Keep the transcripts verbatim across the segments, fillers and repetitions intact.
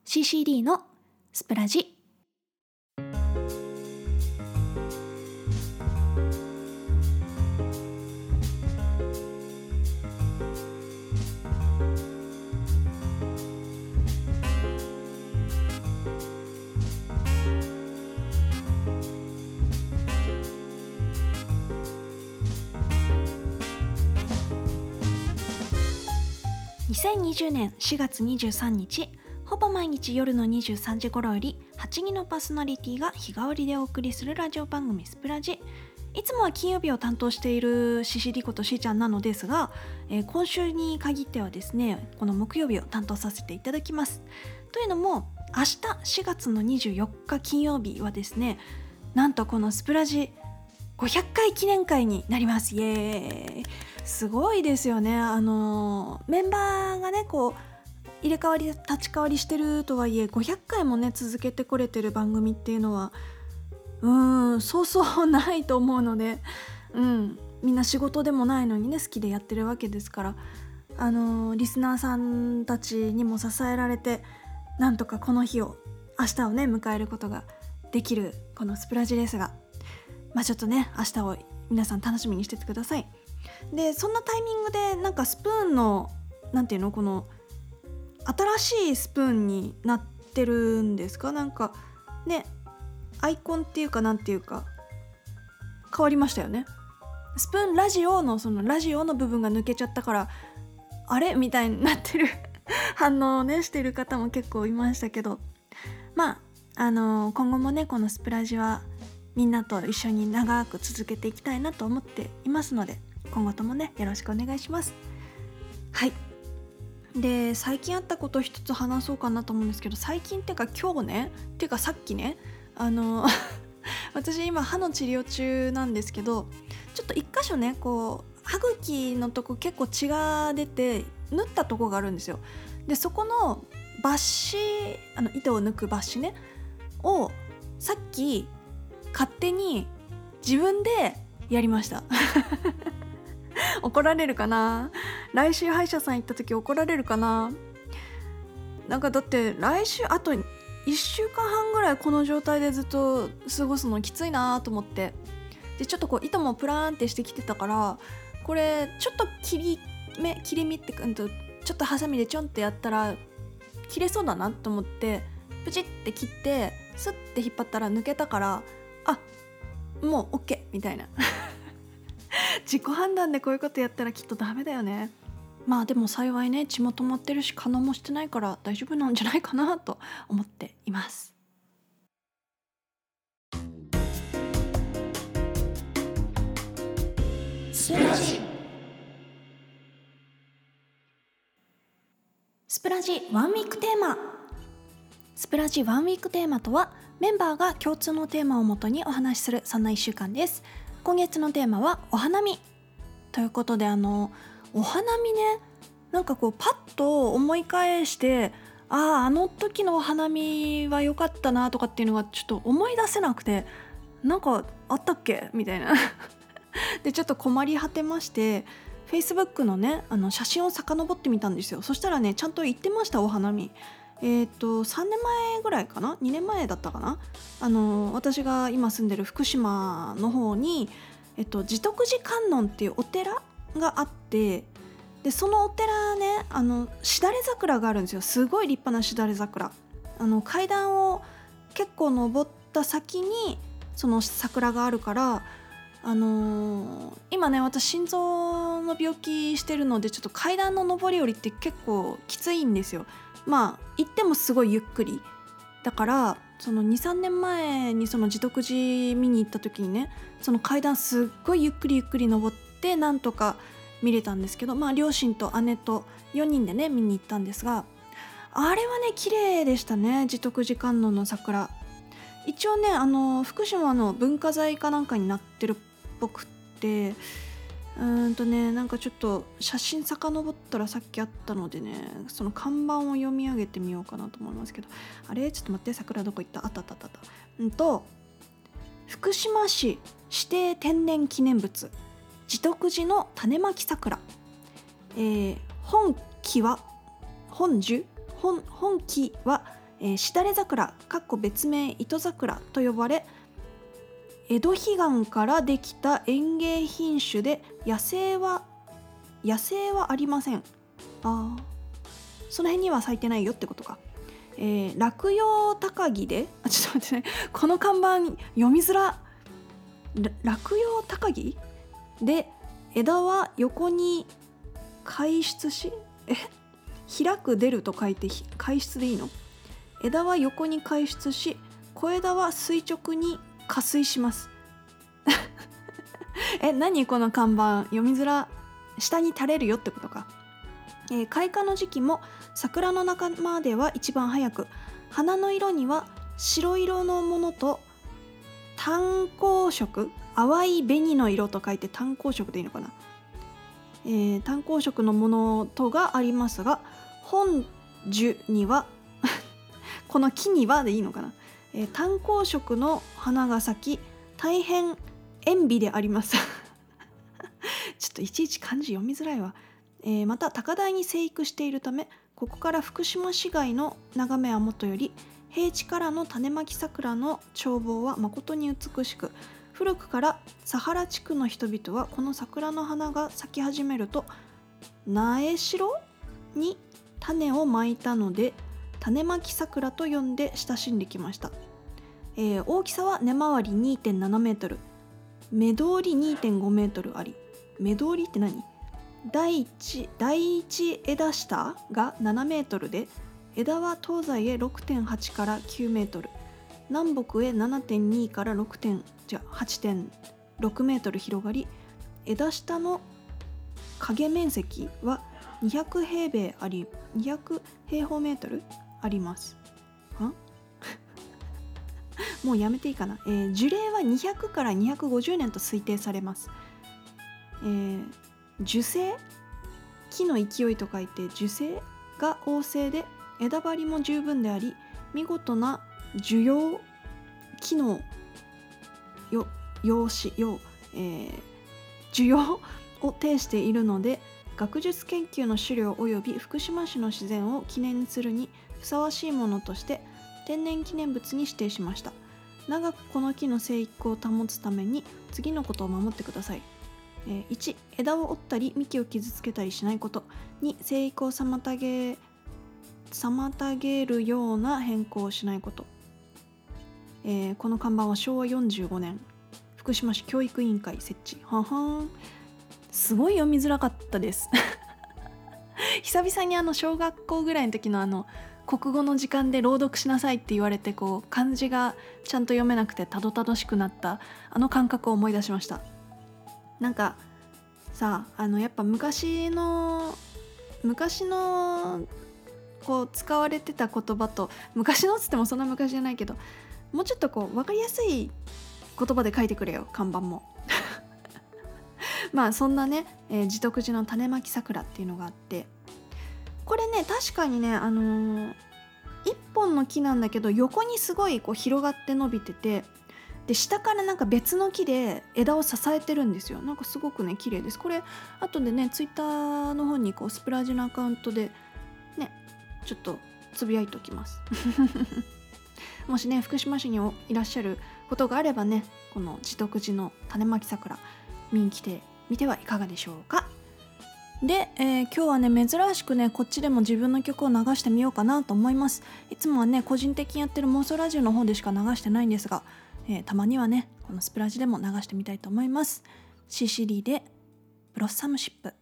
シーシーディー のスプラジ。にせんにじゅうねんしがつにじゅうさんにち、ほぼ毎日夜のにじゅうさんじ頃よりはちぎのパーソナリティが日替わりでお送りするラジオ番組スプラジ。いつもは金曜日を担当しているししりことしーちゃんなのですが、えー、今週に限ってはですね、この木曜日を担当させていただきます。というのも、明日しがつのにじゅうよっか金曜日はですね、なんとこのスプラジごひゃっかい記念会になります。イエーイ。すごいですよね。あのメンバーがねこう入れ替わり立ち替わりしてるとはいえ、ごひゃっかいもね続けてこれてる番組っていうのはうーんそうそうないと思うので、うんみんな仕事でもないのにね好きでやってるわけですから、あのリスナーさんたちにも支えられて、なんとかこの日を明日をね迎えることができるこのスプラジですが、まあちょっとね明日を皆さん楽しみにしててください。でそんなタイミングでなんかスプーンのなんていうのこの新しいスプーンになってるんですか、なんかねアイコンっていうかなんていうか変わりましたよね。スプーンラジオのそのラジオの部分が抜けちゃったからあれみたいになってる反応をねしてる方も結構いましたけど、まああのー、今後もねこのスプラジはみんなと一緒に長く続けていきたいなと思っていますので、今後ともねよろしくお願いします。はい。で最近あったことを一つ話そうかなと思うんですけど、最近っていうか今日ねっていうかさっきねあの私今歯の治療中なんですけど、ちょっと一箇所ねこう歯茎のとこ結構血が出て縫ったとこがあるんですよ。でそこの抜歯、あの糸を抜く抜歯ねをさっき勝手に自分でやりました怒られるかな。来週歯医者さん行った時怒られるかな。なんかだって来週あといっしゅうかんはんぐらいこの状態でずっと過ごすのきついなと思って、でちょっとこう糸もプラーンってしてきてたから、これちょっと切り目切り身ってうんとちょっとハサミでちょんってやったら切れそうだなと思ってプチって切ってスッて引っ張ったら抜けたから、あもう OK みたいな自己判断でこういうことやったらきっとダメだよね。まあでも幸いね血も止まってるし可能もしてないから大丈夫なんじゃないかなと思っています。スプラジスプラジワンウィークテーマ。スプラジワンウィークテーマとは、メンバーが共通のテーマをもとにお話しするそんないっしゅうかんです。今月のテーマはお花見ということで、あのお花見ね、なんかこうパッと思い返して、あああの時のお花見は良かったなとかっていうのがちょっと思い出せなくて、なんかあったっけみたいなでちょっと困り果てまして、Facebook のねあの写真を遡ってみたんですよ。そしたらねちゃんと行ってました、お花見。えー、とさんねんまえぐらいかな、にねんまえだったかな、あの私が今住んでる福島の方に、えっと、持徳寺観音っていうお寺があって、でそのお寺ねあのしだれ桜があるんですよ。すごい立派なしだれ桜、あの階段を結構登った先にその桜があるから、あのー、今ね私心臓の病気してるので、ちょっと階段の上り下りって結構きついんですよ。まあ行ってもすごいゆっくりだから、その にさんねんまえにその持徳寺見に行った時にね、その階段すっごいゆっくりゆっくり登ってなんとか見れたんですけど、まあ両親と姉とよにんでね見に行ったんですが、あれはね綺麗でしたね、持徳寺観音の桜。一応ねあの福島の文化財かなんかになってるっぽくって、うーんとねなんかちょっと写真遡ったらさっきあったのでね、その看板を読み上げてみようかなと思いますけど、あれちょっと待って、桜どこ行った、あったあったあったあった、うんと福島市指定天然記念物持徳寺の種まき桜、えー、本木は本樹本本木は、 えー、しだれ桜かっこ別名糸桜と呼ばれ、江戸彼岸からできた園芸品種で野生は野生はありません。あーその辺には咲いてないよってことか。えー、落葉高木であちょっと待ってね、この看板読みづら。落葉高木で枝は横に開出しえ開く出ると書いて開出でいいの？枝は横に開出し、小枝は垂直に下垂しますえ何この看板読みづら。下に垂れるよってことか。えー、開花の時期も桜の仲間では一番早く、花の色には白色のものと淡紅色、淡い紅の色と書いて淡紅色でいいのかな、えー、淡紅色のものとがありますが、本樹にはこの木にはでいいのかな、えー、淡紅色の花が咲き、大変塩美でありますちょっといちいち漢字読みづらいわ。えー、また高台に生育しているため、ここから福島市街の眺めはもとより、平地からの種まき桜の眺望は誠に美しく、古くから佐原地区の人々はこの桜の花が咲き始めると苗代に種をまいたので、種まき桜と呼んで親しんできました。えー、大きさは根回り にてんななメートル、目通り にてんごメートルあり、目通りって何？第一、第一枝下がななメートルで、枝は東西へ ろくてんはち からきゅうメートル、南北へ ななてんに からろくてんじゃ はちてんろくメートル広がり、枝下の影面積はにひゃく平米あり、にひゃく平方メートルあります。はもうやめていいかな。えー、樹齢はにひゃくからにひゃくごじゅうねんと推定されます。えー、樹勢、木の勢いと書いて樹勢が旺盛で、枝張りも十分であり、見事な樹葉機能よ用紙用、えー、樹葉を呈しているので、学術研究の資料及び福島市の自然を記念するにふさわしいものとして天然記念物に指定しました。長くこの木の生育を保つために次のことを守ってください。えー、いち. 枝を折ったり幹を傷つけたりしないこと。に. 生育を妨げ妨げるような変更をしないこと。えー、この看板はしょうわよんじゅうごねん福島市教育委員会設置。ははーん、すごい読みづらかったです久々にあの小学校ぐらいの時のあの国語の時間で朗読しなさいって言われて、こう漢字がちゃんと読めなくてたどたどしくなったあの感覚を思い出しました。なんかさあ、あのやっぱ昔の昔のこう使われてた言葉と、昔のっつってもそんな昔じゃないけど、もうちょっとこう分かりやすい言葉で書いてくれよ、看板もまあそんなね、えー、地徳寺の種まき桜っていうのがあって、これね確かにね、あのー、一本の木なんだけど横にすごいこう広がって伸びてて、で下からなんか別の木で枝を支えてるんですよ。なんかすごくね綺麗です。これ後でねツイッターの方にこうスプラジのアカウントでねちょっとつぶやいておきますもしね福島市にいらっしゃることがあればね、この地徳寺の種まき桜見に来てみてはいかがでしょうか。で、えー、今日はね珍しくねこっちでも自分の曲を流してみようかなと思います。いつもはね個人的にやってる妄想ラジオの方でしか流してないんですが、えー、たまにはねこのスプラジでも流してみたいと思います。シシリでブロッサムシップ。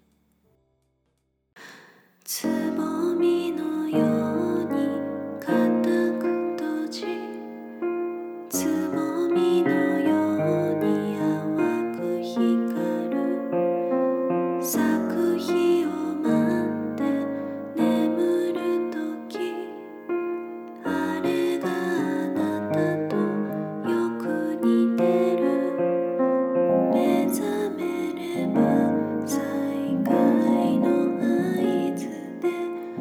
つぼみのように固く閉じ、つぼみのように淡く光る、咲く日を待って眠るとき、あれがあなたとよく似てる、目覚めれば再会の合図で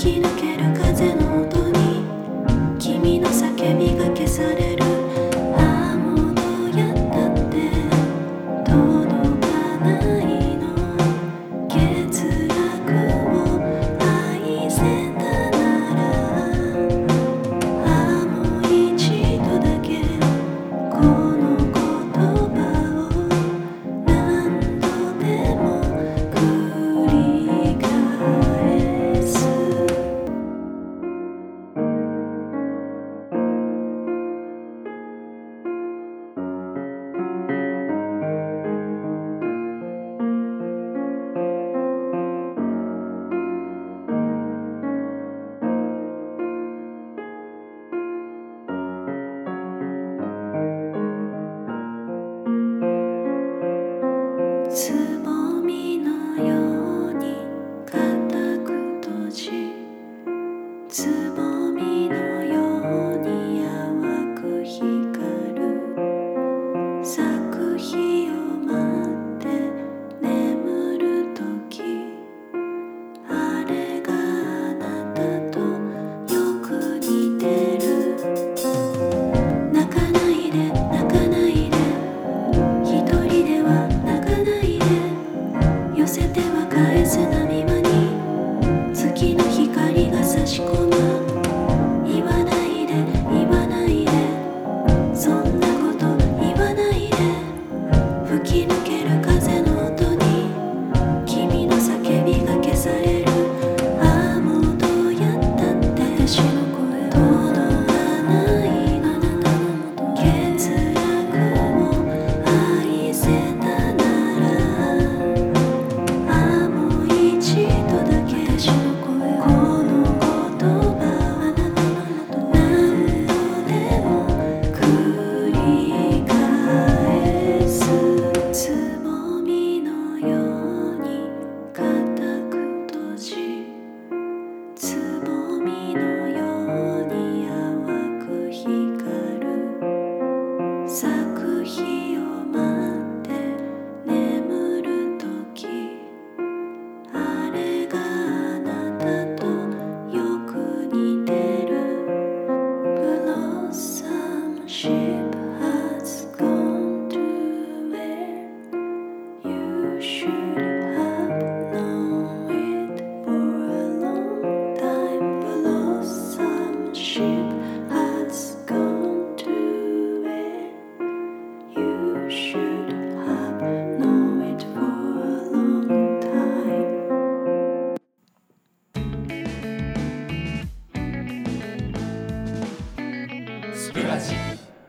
き抜ける風の音に君の叫びが消される。ああもうどうやったって届かないの。欠落を愛せたなら、ああもう一度だけこの言葉を何度でも繰り返す。つぼみのように固く閉じ、つぼみのように淡く光る。咲く日を待って眠るとき、あれがあなたとよく似てる。泣かないで泣かないで、一人では泣かないで、寄せては返す波間に月の光が差し込む。言わないで言わないで、そんなこと言わないで。吹き抜ける風の音に君の叫びが消される。ああもうどうやったって私の声届かないの。欠落を愛せたなら、ああもう一度だけ私の声この言葉を何度でも繰り返す。つぼみのように固く閉じ、つぼみのように淡く光る。咲く日を待って眠るとき、あれがあなたとよく似てる。Blossom ship has gone to where you should have known it for a long time. Blossom ship has gone to where you should have known it for a long time. スプラジ。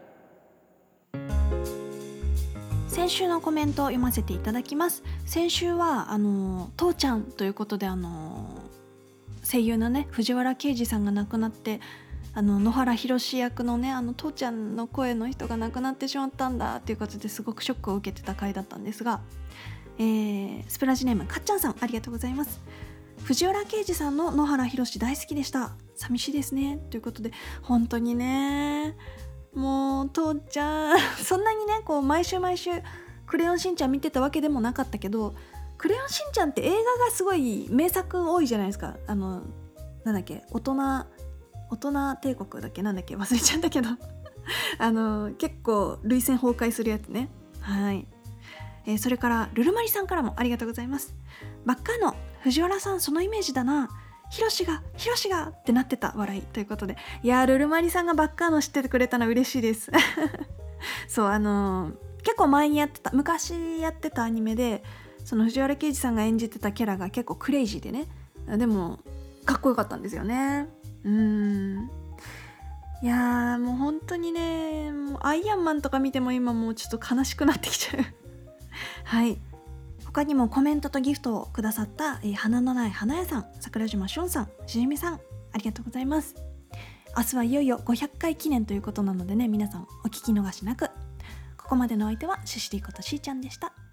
先週のコメントを読ませていただきます。先週はあの父ちゃんということで、あの声優のね藤原啓治さんが亡くなって、あの野原ひろし役のねあの父ちゃんの声の人が亡くなってしまったんだということですごくショックを受けてた回だったんですが、えー、スプラジネームかっちゃんさん、ありがとうございます。藤原啓治さんの野原ひろし大好きでした。寂しいですねということで、本当にね、もう父ちゃんそんなにねこう毎週毎週クレヨンしんちゃん見てたわけでもなかったけど、クレヨンしんちゃんって映画がすごい名作多いじゃないですか。あのなんだっけ、大人大人帝国だっけ、なんだっけ忘れちゃったけどあの結構涙腺崩壊するやつね。はい、えー、それからルルマリさんからもありがとうございます。バッカーの藤原さんそのイメージだな、ヒロシがヒロシがってなってた笑いということで、いやールルマリさんがバッカーの知っててくれたの嬉しいですそうあのー、結構前にやってた昔やってたアニメで、その藤原啓治さんが演じてたキャラが結構クレイジーでね、でもかっこよかったんですよね。うーん、いやーもう本当にね、もうアイアンマンとか見ても今もうちょっと悲しくなってきちゃうはい、他にもコメントとギフトをくださった、えー、花のない花屋さん、桜島しょんさん、しじみさん、ありがとうございます。明日はいよいよごひゃっかい記念ということなのでね、皆さんお聞き逃しなく。ここまでのお相手はシシリことしーちゃんでした。